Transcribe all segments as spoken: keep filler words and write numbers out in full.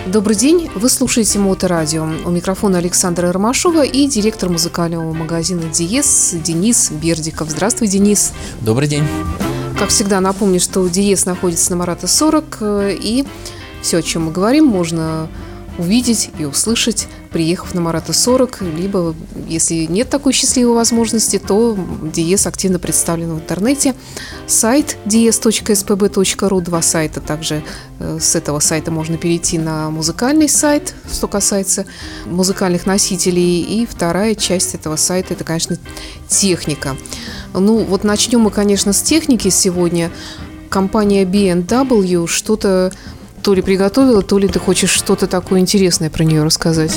Добрый день, вы слушаете Моторадио. У микрофона Александра Ромашова и директор музыкального магазина Диез Денис Бердиков. Здравствуй, Денис. Добрый день. Как всегда, напомню, что Диез находится на Марата сорок, и все, о чем мы говорим, можно увидеть и услышать, приехав на Марата сорок, либо, если нет такой счастливой возможности, то Диез активно представлен в интернете. Сайт диез точка эс пэ бэ точка ру, два сайта, также э, с этого сайта можно перейти на музыкальный сайт, что касается музыкальных носителей, и вторая часть этого сайта – это, конечно, техника. Ну, вот начнем мы, конечно, с техники сегодня. Компания би эм дабл ю что-то то ли приготовила, то ли ты хочешь что-то такое интересное про нее рассказать.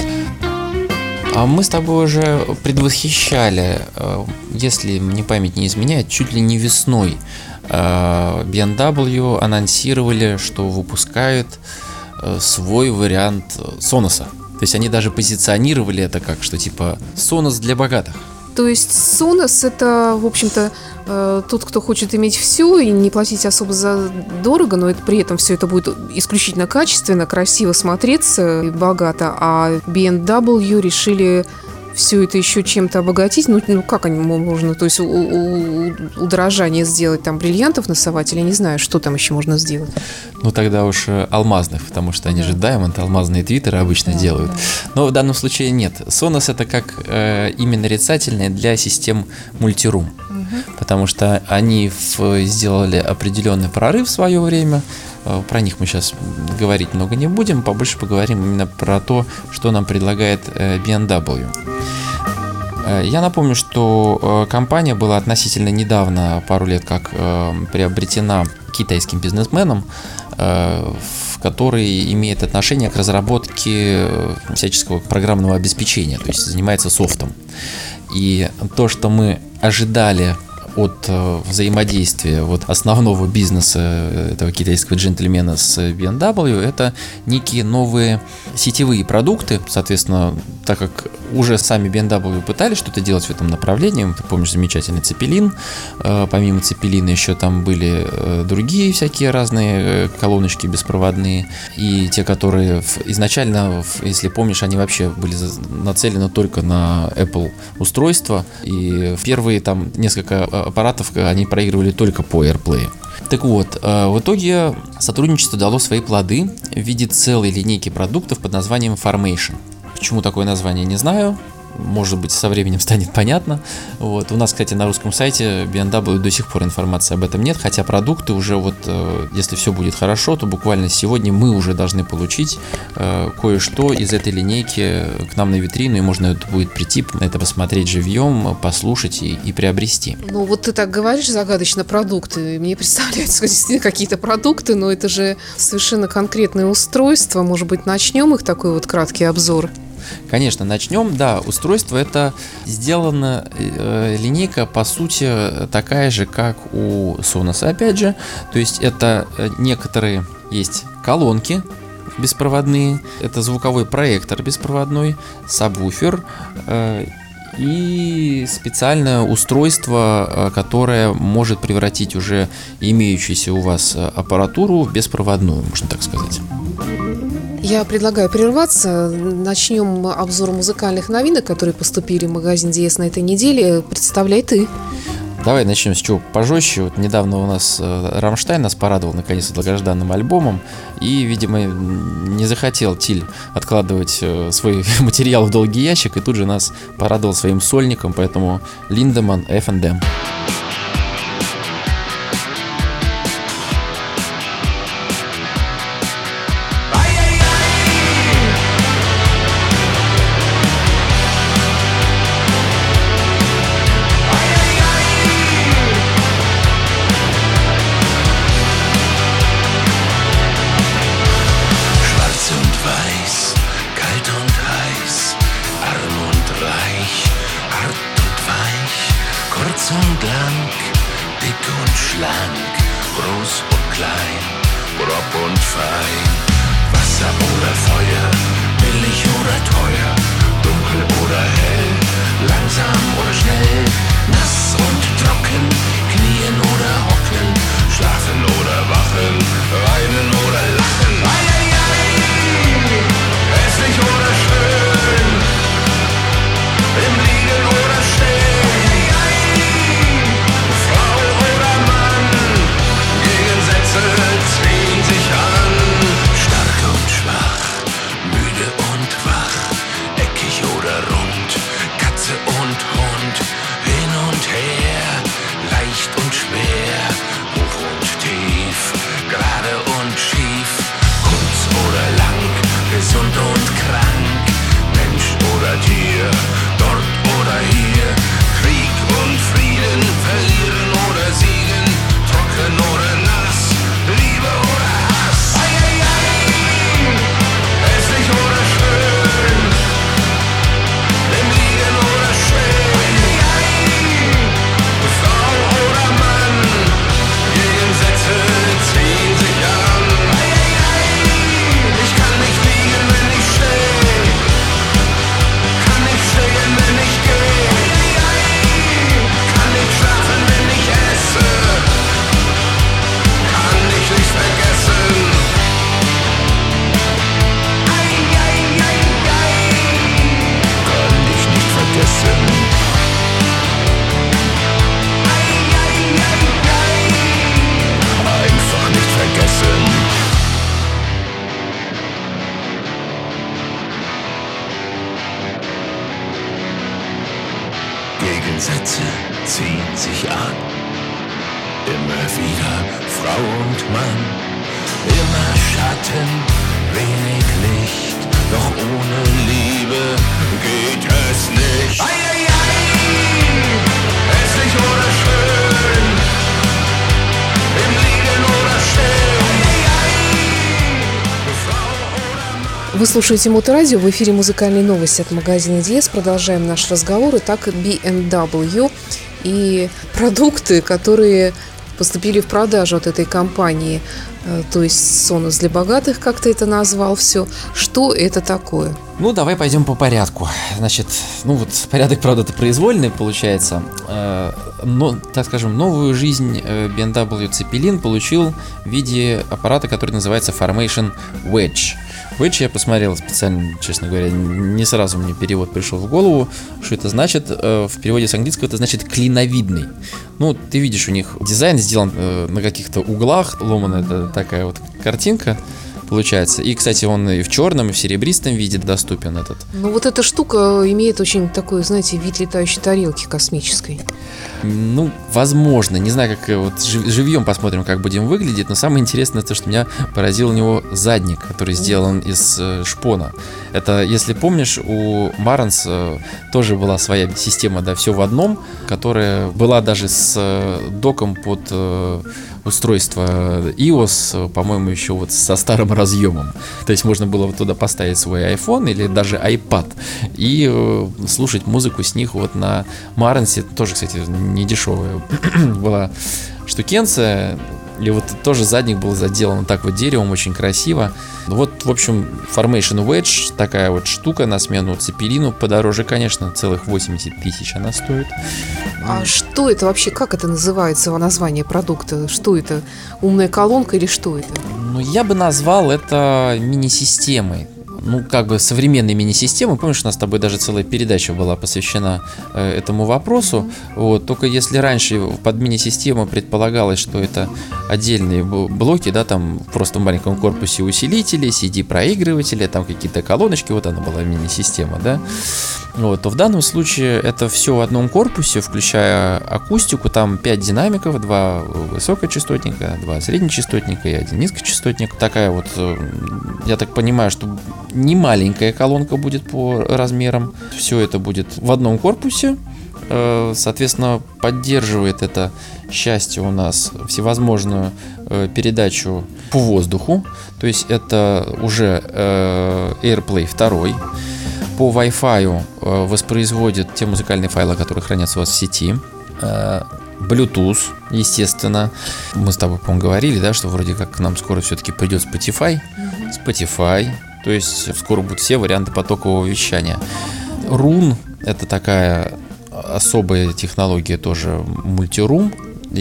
А мы с тобой уже предвосхищали, если мне память не изменяет, чуть ли не весной би эм дабл ю анонсировали, что выпускают свой вариант Sonos. То есть они даже позиционировали это как, что типа Sonos для богатых. То есть Sonos – это, в общем-то, э, тот, кто хочет иметь все и не платить особо за дорого, но это, при этом все это будет исключительно качественно, красиво смотреться и богато. А би эм дабл ю решили все это еще чем-то обогатить. Ну, ну как они можно, то есть у, у, удорожание сделать, там бриллиантов насовать, или не знаю, что там еще можно сделать. Ну тогда уж алмазных, потому что они да. же Diamond, алмазные твиттеры обычно да, делают. Да. Но в данном случае нет. Sonos это как э, имя нарицательное для систем мультирум, угу. потому что они в, сделали определенный прорыв в свое время. Про них мы сейчас говорить много не будем, побольше поговорим именно про то, что нам предлагает би эм дабл ю. Я напомню, что компания была относительно недавно, пару лет как, приобретена китайским бизнесменом, который имеет отношение к разработке всяческого программного обеспечения, то есть занимается софтом. И то, что мы ожидали от взаимодействия вот основного бизнеса этого китайского джентльмена с би эм дабл ю, это некие новые сетевые продукты. Соответственно, так как уже сами би эм дабл ю пытались что-то делать в этом направлении, ты помнишь замечательный Цепелин, помимо Цепелина еще там были другие всякие разные колоночки беспроводные, и те, которые изначально, если помнишь, они вообще были нацелены только на Apple устройства, и первые там несколько аппаратов они проигрывали только по AirPlay. Так вот, в итоге сотрудничество дало свои плоды в виде целой линейки продуктов под названием Formation. Почему такое название, не знаю. Может быть, со временем станет понятно. Вот. У нас, кстати, на русском сайте би эм дабл ю до сих пор информации об этом нет, хотя продукты уже вот, если все будет хорошо, то буквально сегодня мы уже должны получить э, кое-что из этой линейки к нам на витрину, и можно это будет прийти, на это посмотреть живьем, послушать и, и приобрести. Ну вот ты так говоришь загадочно продукты, мне представляются действительно какие-то продукты, но это же совершенно конкретные устройства. Может быть, начнем их такой вот краткий обзор? Конечно, начнем. Да, устройство это сделана э, линейка, по сути, такая же, как у Sonos, опять же. То есть это некоторые есть колонки беспроводные, это звуковой проектор беспроводной, сабвуфер э, и специальное устройство, которое может превратить уже имеющуюся у вас аппаратуру в беспроводную, можно так сказать. Я предлагаю прерваться. Начнем обзор музыкальных новинок, которые поступили в магазин Диез на этой неделе. Представляй ты. Давай начнем с чего пожестче. Вот недавно у нас Рамштайн нас порадовал наконец-то долгожданным альбомом. И, видимо, не захотел Тиль откладывать свой материал в долгий ящик. И тут же нас порадовал своим сольником. Поэтому Lindemann эф энд эм. und blank, dick und schlank, groß und klein, grob und fein. Wasser oder Feuer, billig oder teuer, dunkel oder hell, langsam oder schnell, nass und trocken, knien oder hocken, schlafen oder wachen, weinen oder lachen. Ei, ei, ei. und schwer, hoch und tief, gerade und schief, kurz oder lang, gesund und krank, Mensch oder Tier, dort oder hier, Krieg und Frieden, verlieren oder siegen, trocken oder nass, Liebe oder Hass. Ei, ei, ei, hässlich oder schön, im Liegen oder Stehen, ei, ei, Frau oder Mann, Gegensätze ziehen sich an. Ei, ei, ei, ich kann nicht liegen, wenn ich steh, kann nicht stehen, wenn ich geh, ei, ei, kann nicht schlafen, wenn ich esse, kann ich nicht vergessen. Ei, ei, ei, ei, kann ich nicht vergessen. Ei, ei, ei, ei, einfach nicht vergessen. Gegensätze ziehen sich an. Immer wieder Frau und Mann. Immer Schatten, wenig Licht. Doch ohne Liebe geht es nicht. Ei, ei, ei, hässlich oder schön. Im Liegen oder Stehen. Ei, ei, Frau oder Mann. Вы слушаете Моторадио, в эфире музыкальные новости от магазина Диез. Продолжаем наш разговор. Итак, би эм дабл ю и продукты, которые поступили в продажу от этой компании, э, то есть Sonos для богатых, как ты это назвал, все. Что это такое? Ну, давай пойдем по порядку. Значит, ну вот порядок, правда, это произвольный получается. Э, но, так скажем, новую жизнь би эм дабл ю Zeppelin получил в виде аппарата, который называется Formation Wedge. Wedge я посмотрел специально, честно говоря, не сразу мне перевод пришел в голову, что это значит. Э, в переводе с английского это значит клиновидный. Ну, ты видишь, у них дизайн сделан э, на каких-то углах, ломаная это такая вот картинка получается. И, кстати, он и в черном, и в серебристом виде доступен этот. Ну, вот эта штука имеет очень такой, знаете, вид летающей тарелки космической. Ну, возможно, не знаю, как вот живьем посмотрим, как будем выглядеть, но самое интересное то, что меня поразил у него задник, который сделан из э, шпона. Это, если помнишь, у Marantz э, тоже была своя система, да, все в одном, которая была даже с э, доком под э, устройство ай о эс, по-моему, еще вот со старым разъемом. То есть можно было вот туда поставить свой iPhone или даже iPad и э, слушать музыку с них вот на Marantz. Тоже, кстати, не дешевая была штукенция. И вот тоже задник был заделан вот так вот деревом, очень красиво. Вот, в общем, Formation Wedge, такая вот штука на смену Zeppelin, подороже, конечно, целых восемьдесят тысяч она стоит. А что это вообще, как это называется, название продукта? Что это? Умная колонка или что это? Ну, я бы назвал это мини-системой. Ну, как бы современной мини-системы. Помнишь, у нас с тобой даже целая передача была посвящена э, этому вопросу. Вот. Только если раньше под мини-систему предполагалось, что это отдельные блоки, да, там просто в маленьком корпусе усилители, си ди-проигрыватели, там какие-то колоночки, вот она была мини-система, да. Вот, то в данном случае это все в одном корпусе, включая акустику, там пять динамиков, два высокочастотника, два среднечастотника и один низкочастотник. Такая вот, я так понимаю, что не маленькая колонка будет по размерам. Все это будет в одном корпусе. Соответственно, поддерживает это счастье у нас всевозможную передачу по воздуху. То есть это уже AirPlay два. По Wi-Fi воспроизводит те музыкальные файлы, которые хранятся у вас в сети. Bluetooth, естественно. Мы с тобой, по-моему, говорили, да, что вроде как к нам скоро все-таки придет Spotify. Spotify. То есть скоро будут все варианты потокового вещания. Roon — это такая особая технология, тоже мультирум.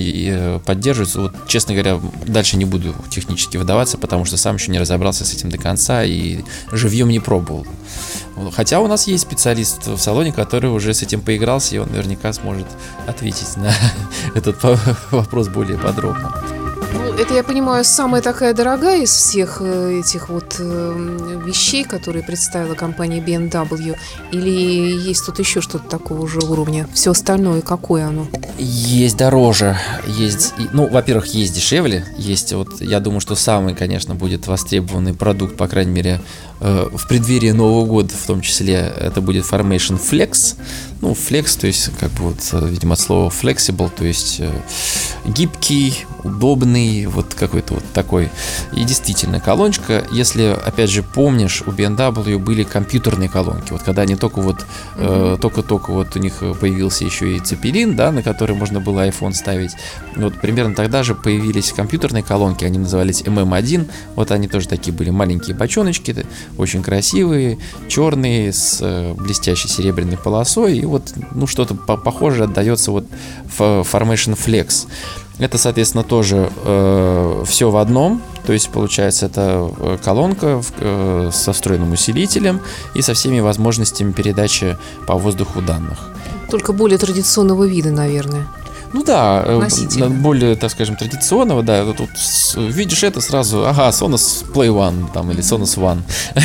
И поддерживается. Вот, честно говоря, дальше не буду технически выдаваться, потому что сам еще не разобрался с этим до конца и живьем не пробовал. Хотя у нас есть специалист в салоне, который уже с этим поигрался, и он наверняка сможет ответить на этот вопрос более подробно. Ну, это, я понимаю, самая такая дорогая из всех э, этих вот э, вещей, которые представила компания би эм дабл ю, или есть тут еще что-то такого же уровня? Все остальное, какое оно? Есть дороже, есть, и- ну, во-первых, есть дешевле, есть вот, я думаю, что самый, конечно, будет востребованный продукт, по крайней мере, э, в преддверии Нового года, в том числе, это будет Formation Flex. Ну, Flex, то есть, как бы вот, э, видимо, от слова flexible, то есть э, гибкий, удобный, вот какой-то вот такой. И действительно, колоночка, если, опять же, помнишь, у би эм дабл ю были компьютерные колонки, вот когда они только вот, э, только-только вот у них появился еще и Цепелин, да, на который можно было iPhone ставить, вот примерно тогда же появились компьютерные колонки, они назывались эм эм один, вот они тоже такие были маленькие бочоночки, очень красивые, черные, с э, блестящей серебряной полосой, и вот, ну, что-то по- похожее отдается вот в Formation Flex. Это, соответственно, тоже э, все в одном, то есть, получается, это э, колонка в- э, со встроенным усилителем и со всеми возможностями передачи по воздуху данных. Только более традиционного вида, наверное. Ну да, э, Относительно. на- более, так скажем, традиционного, да, вот тут с- видишь это сразу, ага, Sonos Play One там, или Sonos One.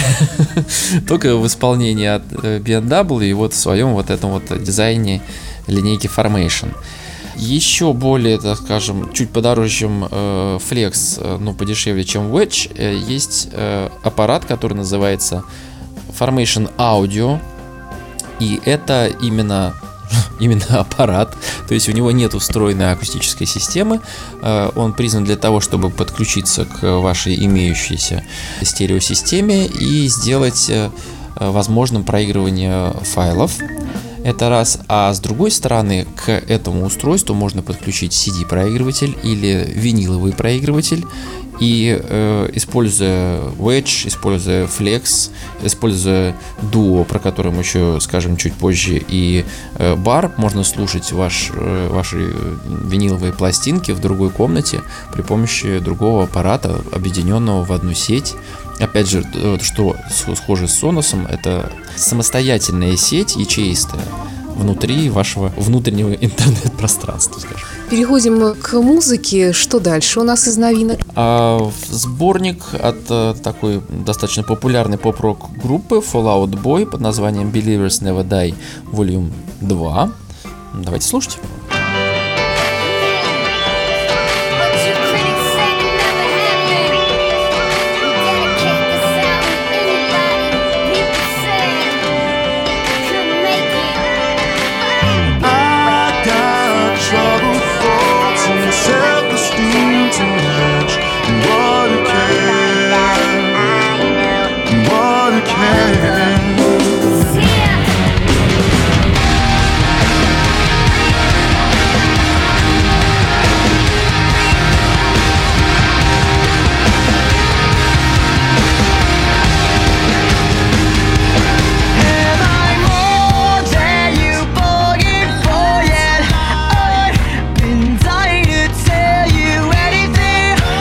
Только в исполнении от э, би эм дабл ю и вот в своем вот этом вот дизайне линейки Formation. Еще более, так скажем, чуть подороже, чем э, Flex, э, но подешевле, чем Wedge, э, есть э, аппарат, который называется Formation Audio. И это именно, именно аппарат, то есть у него нет встроенной акустической системы, э, он признан для того, чтобы подключиться к вашей имеющейся стереосистеме и сделать э, возможным проигрывание файлов. Это раз. А с другой стороны, к этому устройству можно подключить си ди-проигрыватель или виниловый проигрыватель. И э, используя Wedge, используя Flex, используя Duo, про который мы еще скажем чуть позже, и э, Bar, можно слушать ваш, э, ваши виниловые пластинки в другой комнате при помощи другого аппарата, объединенного в одну сеть. Опять же, э, что с- схоже с Sonos, это самостоятельная сеть, ячеистая, внутри вашего внутреннего интернет-пространства, скажем. Переходим к музыке. Что дальше у нас из новинок? А, в- сборник от э, такой достаточно популярной поп-рок группы Fall Out Boy под названием Believers Never Die Volume два. Давайте слушать. What you critics say can never happen. Dedicate this album to anybody people say couldn't make it. I got trouble thoughts and self-esteem to match. What a can, what a can. Yeah. Am I more than you bargained for yet? I've been dying to tell you anything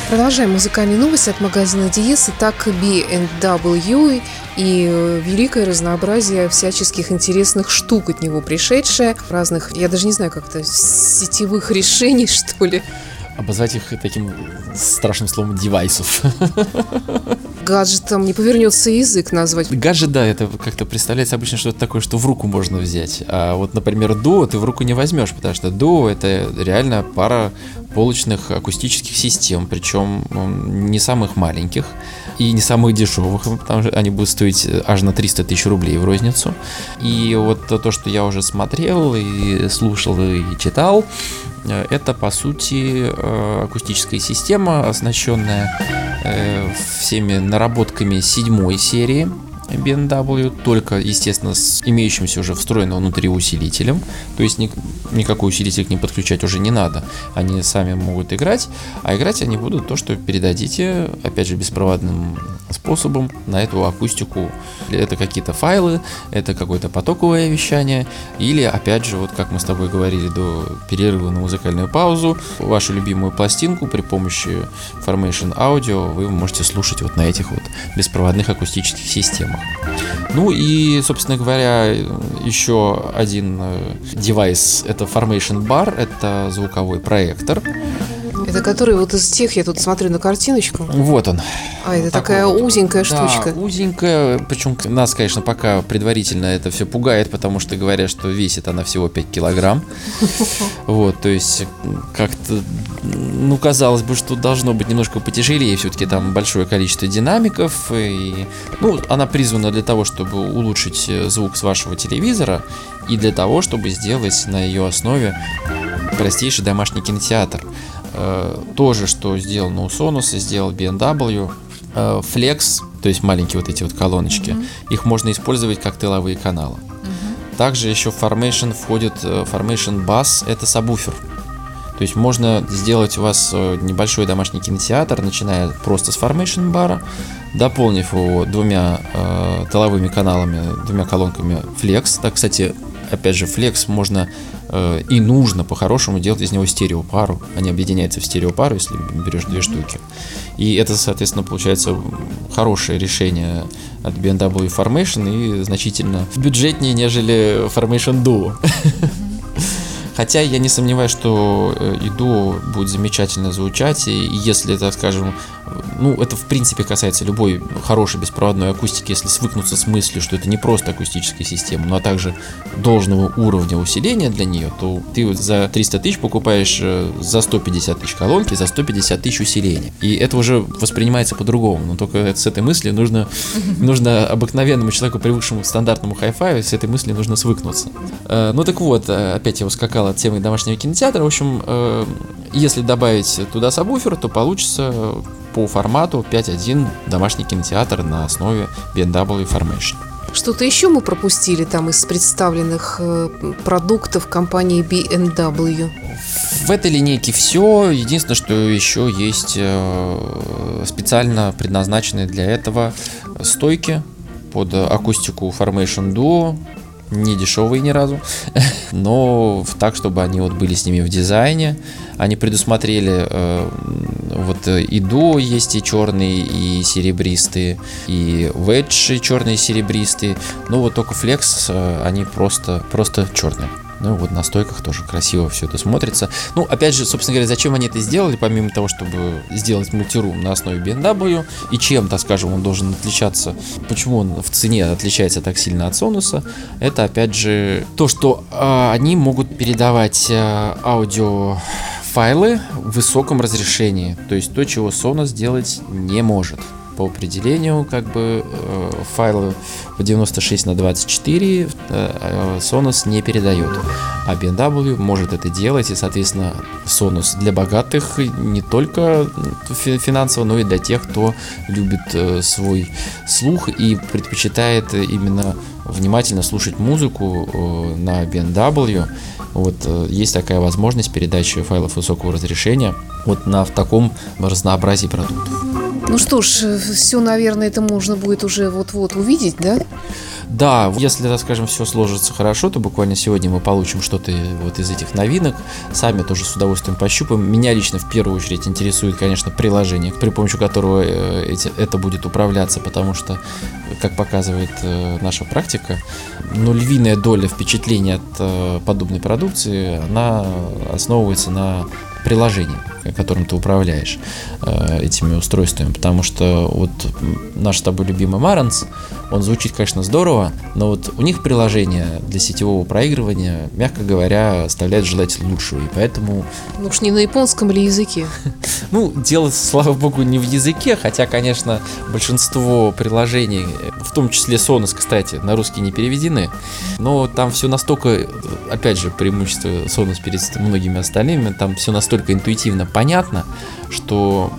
Продолжаем музыкальные новости от магазина Диез. Итак, би энд дабл ю и э, великое разнообразие всяческих интересных штук от него пришедшее. Разных, я даже не знаю, как-то сетевых решений, что ли. Обозвать их таким страшным словом девайсов. Гаджетом не повернется язык назвать. Гаджет, да, это как-то представляется обычно что-то такое, что в руку можно взять. А вот, например, дуо ты в руку не возьмешь, потому что дуо — это реально пара полочных акустических систем, причем не самых маленьких и не самых дешевых, потому что они будут стоить аж на триста тысяч рублей в розницу. И вот то, что я уже смотрел и слушал и читал, это, по сути, акустическая система, оснащенная всеми наработками седьмой серии би энд дабл ю, только, естественно, с имеющимся уже встроенным внутри усилителем. То есть ни, никакой усилитель к ним подключать уже не надо. Они сами могут играть, а играть они будут то, что передадите, опять же, беспроводным способом на эту акустику. Это какие-то файлы, это какое-то потоковое вещание, или, опять же, вот как мы с тобой говорили до перерыва на музыкальную паузу, вашу любимую пластинку при помощи Formation Audio вы можете слушать вот на этих вот беспроводных акустических системах. Ну и, собственно говоря, еще один девайс — это Formation Bar, это звуковой проектор. Это который вот из тех, я тут смотрю на картиночку. Вот он. А, это Такой такая вот, узенькая да, штучка. узенькая, причем нас, конечно, пока предварительно это все пугает, потому что говорят, что весит она всего пять килограмм. Вот, то есть как-то, ну, казалось бы, что должно быть немножко потяжелее, все-таки там большое количество динамиков, и, ну, она призвана для того, чтобы улучшить звук с вашего телевизора и для того, чтобы сделать на ее основе простейший домашний кинотеатр. То же, что сделано у Sonos, сделал би энд дабл ю. Flex, то есть маленькие вот эти вот колоночки, mm-hmm. их можно использовать как тыловые каналы. Mm-hmm. Также еще в Formation входит Formation Bass, это сабвуфер. То есть можно сделать у вас небольшой домашний кинотеатр, начиная просто с Formation бара, дополнив его двумя э, тыловыми каналами, двумя колонками Flex. Так, кстати, опять же, Flex можно э, и нужно по-хорошему делать из него стереопару. Они объединяются в стереопару, если берешь две штуки. И это, соответственно, получается хорошее решение от би энд дабл ю Formation и значительно бюджетнее, нежели Formation Duo. Хотя я не сомневаюсь, что и дуо будет замечательно звучать, и если, так скажем, ну, это в принципе касается любой хорошей беспроводной акустики, если свыкнуться с мыслью, что это не просто акустическая система, но а также должного уровня усиления для нее, то ты за триста тысяч покупаешь за сто пятьдесят тысяч колонки, за сто пятьдесят тысяч усиления. И это уже воспринимается по-другому, но только с этой мыслью нужно, нужно обыкновенному человеку, привыкшему к стандартному хай-фаю, с этой мыслью нужно свыкнуться. Ну так вот, опять я ускакал от темы домашнего кинотеатра. В общем, э, если добавить туда сабвуфер, то получится по формату пять один домашний кинотеатр на основе би энд дабл ю Formation. Что-то еще мы пропустили там из представленных э, продуктов компании би энд дабл ю? В этой линейке все. Единственное, что еще есть э, специально предназначенные для этого стойки под акустику Formation Duo. Не дешевые ни разу, но так, чтобы они вот были с ними в дизайне. Они предусмотрели э, вот и дуо есть и черные, и серебристые, и ведж черные и серебристые. Но вот только Flex э, они просто, просто черные. Ну вот на стойках тоже красиво все это смотрится. Ну, опять же, собственно говоря, зачем они это сделали, помимо того, чтобы сделать мультирум на основе би энд дабл ю, и чем, так скажем, он должен отличаться, почему он в цене отличается так сильно от Sonos, это, опять же, то, что э, они могут передавать э, аудиофайлы в высоком разрешении, то есть то, чего Sonos делать не может. По определению, как бы э, файлы в девяносто шесть на двадцать четыре э, Sonos не передает, а би энд дабл ю может это делать, и, соответственно, Sonos для богатых не только финансово, но и для тех, кто любит э, свой слух и предпочитает именно внимательно слушать музыку э, на би энд дабл ю. Вот э, есть такая возможность передачи файлов высокого разрешения вот на в таком разнообразии продуктов. Ну что ж, все, наверное, это можно будет уже вот-вот увидеть, да? Да, если, так скажем, все сложится хорошо, то буквально сегодня мы получим что-то вот из этих новинок. Сами тоже с удовольствием пощупаем. Меня лично в первую очередь интересует, конечно, приложение, при помощи которого эти, это будет управляться, потому что, как показывает э, наша практика, ну, львиная доля впечатлений от э, подобной продукции, она основывается на приложении, которым ты управляешь э, этими устройствами, потому что вот наш с тобой любимый Marantz, он звучит, конечно, здорово, но вот у них приложение для сетевого проигрывания, мягко говоря, оставляет желать лучшего, и поэтому... Ну уж не на японском ли языке? Ну, дело, слава богу, не в языке, хотя, конечно, большинство приложений, в том числе Sonos, кстати, на русский не переведены, но там все настолько, опять же, преимущество Sonos перед многими остальными, там все настолько интуитивно понятно, что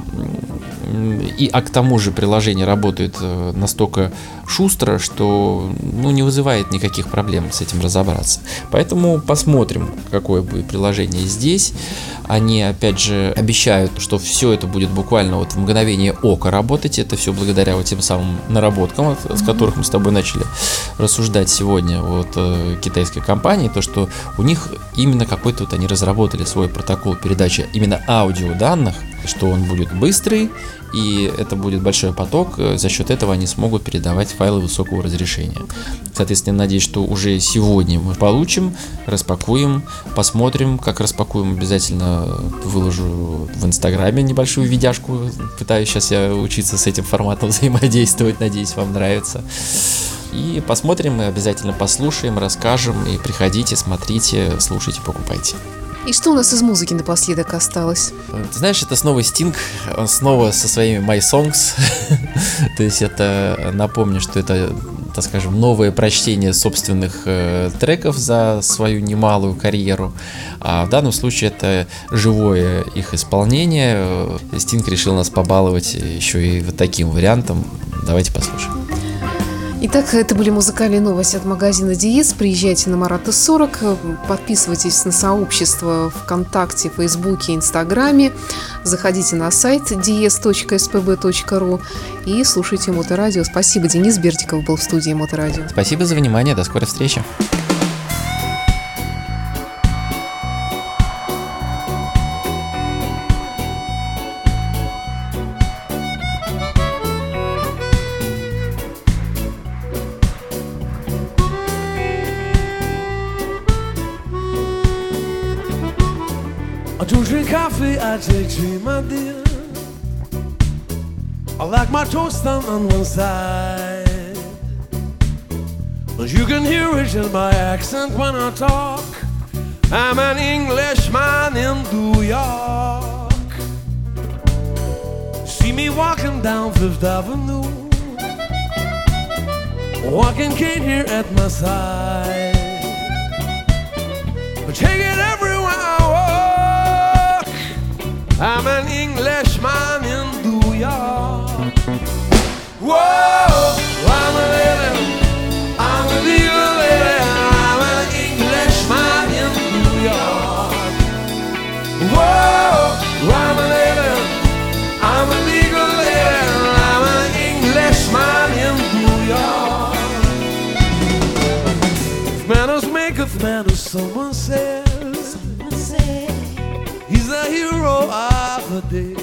и а к тому же приложение работает настолько шустро, что ну, не вызывает никаких проблем с этим разобраться. Поэтому посмотрим, какое будет приложение здесь. Они, опять же, обещают, что все это будет буквально вот в мгновение ока работать. Это все благодаря вот тем самым наработкам, с которых мы с тобой начали рассуждать сегодня вот китайской компании, то, что у них именно какой-то вот они разработали свой протокол передачи именно аудиоданных, что он будет быстрый, и это будет большой поток, за счет этого они смогут передавать файлы высокого разрешения. Соответственно, надеюсь, что уже сегодня мы получим, распакуем, посмотрим, как распакуем, обязательно выложу в Инстаграме небольшую видяшку, пытаюсь сейчас я учиться с этим форматом взаимодействовать, надеюсь, вам нравится. И посмотрим, мы обязательно послушаем, расскажем, и приходите, смотрите, слушайте, покупайте. И что у нас из музыки напоследок осталось? Ты знаешь, это снова Sting, он снова со своими My Songs. То есть это, напомню, что это, так скажем, новое прочтение собственных э, треков за свою немалую карьеру. А в данном случае это живое их исполнение. Sting решил нас побаловать еще и вот таким вариантом. Давайте послушаем. Итак, это были музыкальные новости от магазина Диез. Приезжайте на Марата сорок, подписывайтесь на сообщество ВКонтакте, Фейсбуке, Инстаграме, заходите на сайт диез точка эс пэ бэ точка ру и слушайте Моторадио. Спасибо, Денис Бердиков был в студии Моторадио. Спасибо за внимание, до скорой встречи. I don't drink coffee, I take tea, my dear. I like my toast on, on one side. But you can hear it in my accent when I talk. I'm an Englishman in New York. See me walking down Fifth Avenue, walking cane here at my side. I take it everywhere I walk. I'm an Englishman in New York. Whoa, I'm a lady, I'm a legal lady, I'm an Englishman in New York. Whoa, I'm a lady, I'm a legal lady, I'm an Englishman in New York. If manners maketh manners, someone says, he's the hero of the day.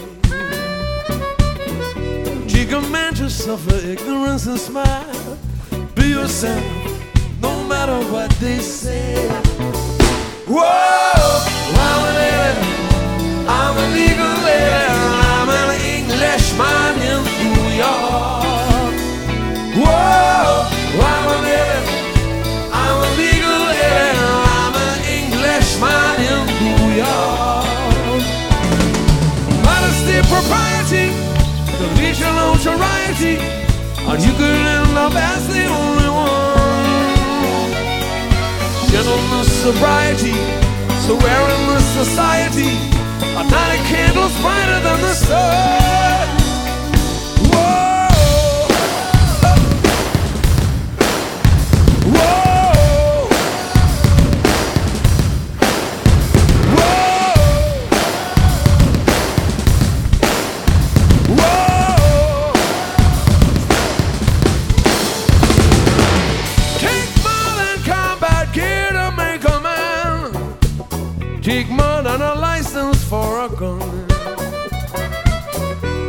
She commands you suffer ignorance and smile. Be yourself, no matter what they say. Whoa, I'm a lady, I'm a legal lady, I'm an Englishman in New York. Whoa, I'm a lady, I'm a legal lady, I'm an Englishman in New York. Modesty, propriety, the leisure notoriety, and you could end up as the only one. Gentleness, sobriety, so rare in this society, a night candles brighter than the sun. Whoa, whoa, whoa, whoa.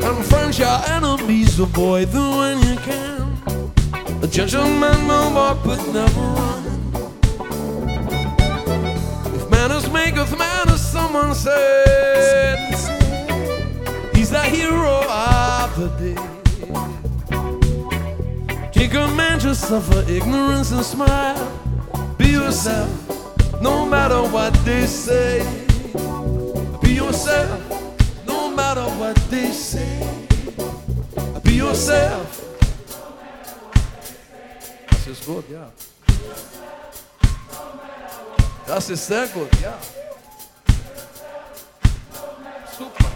Confront your enemies, avoid them when you can. A gentleman will walk but never run. If manners maketh manners, someone said, he's the hero of the day. Take a man to suffer ignorance and smile. Be yourself, no matter what they say. Be yourself, no matter what they say. Be yourself. Das ist gut, ja. Das ist sehr gut, ja. Super.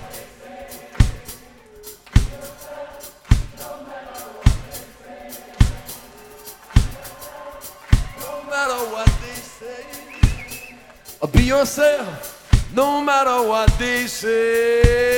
No matter what they say. Be yourself, no matter what they say.